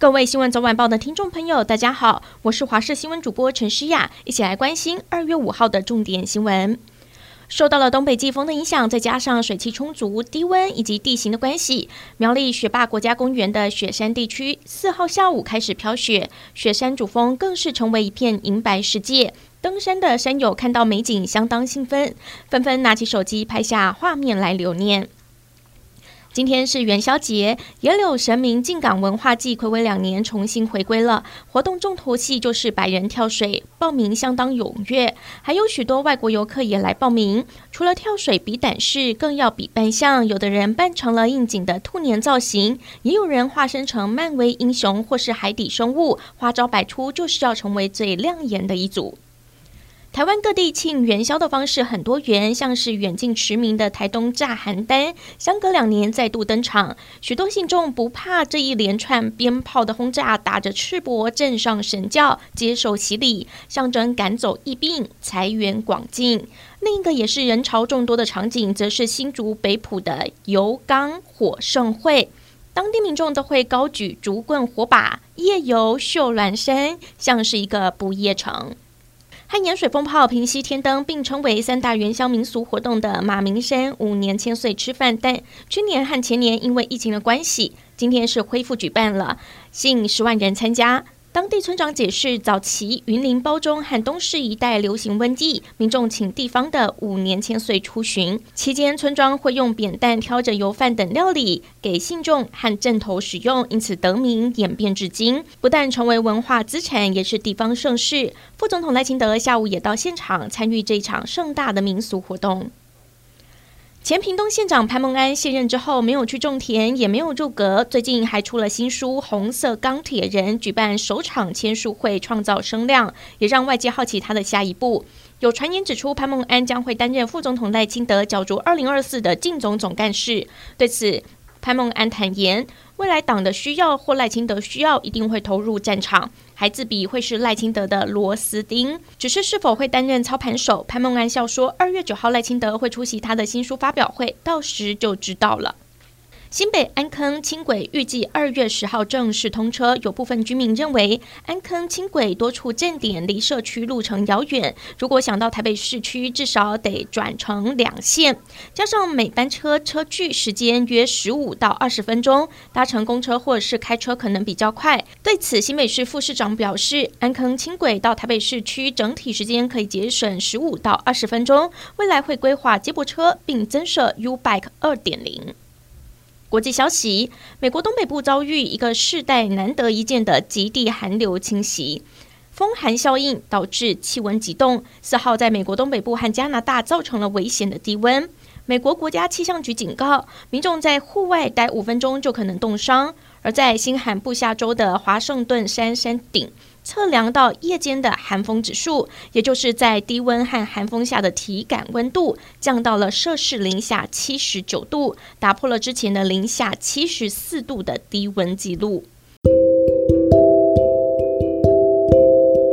各位新闻早晚报的听众朋友，大家好，我是华视新闻主播陈诗雅，一起来关心2月5号的重点新闻。受到了东北季风的影响，再加上水汽充足、低温以及地形的关系，苗栗雪霸国家公园的雪山地区4号下午开始飘雪，雪山主峰更是成为一片银白世界。登山的山友看到美景相当兴奋，纷纷拿起手机拍下画面来留念。今天是元宵节，野柳神明进港文化祭睽违2年重新回归了。活动重头戏就是百人跳水，报名相当踊跃，还有许多外国游客也来报名。除了跳水比胆识，更要比扮相，有的人扮成了应景的兔年造型，也有人化身成漫威英雄或是海底生物，花招百出，就是要成为最亮眼的一组。台湾各地庆元宵的方式很多元，像是远近驰名的台东炸邯郸，相隔2年再度登场。许多信众不怕这一连串鞭炮的轰炸，打着赤膊镇上神教，接受洗礼，象征赶走疫病，财源广进。另一个也是人潮众多的场景，则是新竹北埔的油缸火盛会。当地民众都会高举竹棍火把，夜游秀峦山，像是一个不夜城。和盐水风炮、平溪天灯并称为3大元宵民俗活动的马鸣山5年千岁吃饭，但去年和前年因为疫情的关系，今天是恢复举办了，吸引10万人参加。当地村长解释，早期云林褒忠和东势一带流行瘟疫，民众请地方的5年千岁出巡，期间村庄会用扁担挑着油饭等料理给信众和镇头使用，因此得名演变至今，不但成为文化资产，也是地方盛事。副总统赖清德下午也到现场参与这一场盛大的民俗活动。前屏东县长潘孟安卸任之后，没有去种田，也没有入阁，最近还出了新书《红色钢铁人》，举办首场签书会，创造声量，也让外界好奇他的下一步。有传言指出，潘孟安将会担任副总统赖清德角逐2024的竞总总干事。对此，潘孟安坦言，未来党的需要或赖清德需要，一定会投入战场，还自比会是赖清德的螺丝钉。只是否会担任操盘手，潘孟安笑说，2月9号赖清德会出席他的新书发表会，到时就知道了。新北安坑轻轨预计2月10号正式通车，有部分居民认为安坑轻轨多处站点离社区路程遥远，如果想到台北市区，至少得转乘2线，加上每班车车距时间约15到20分钟，搭乘公车或者是开车可能比较快。对此，新北市副市长表示，安坑轻轨到台北市区整体时间可以节省15到20分钟，未来会规划接驳车，并增设 U-Bike 2.0。国际消息，美国东北部遭遇一个世代难得一见的极地寒流侵袭，风寒效应导致气温急冻，4号在美国东北部和加拿大造成了危险的低温。美国国家气象局警告，民众在户外待5分钟就可能冻伤。而在新罕布夏州的华盛顿山山顶，测量到夜间的寒风指数，也就是在低温和寒风下的体感温度降到了摄氏零下79度，打破了之前的零下74度的低温纪录。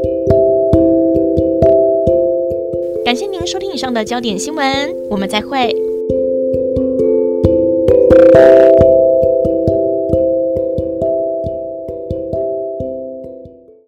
感谢您收听以上的焦点新闻，我们再会。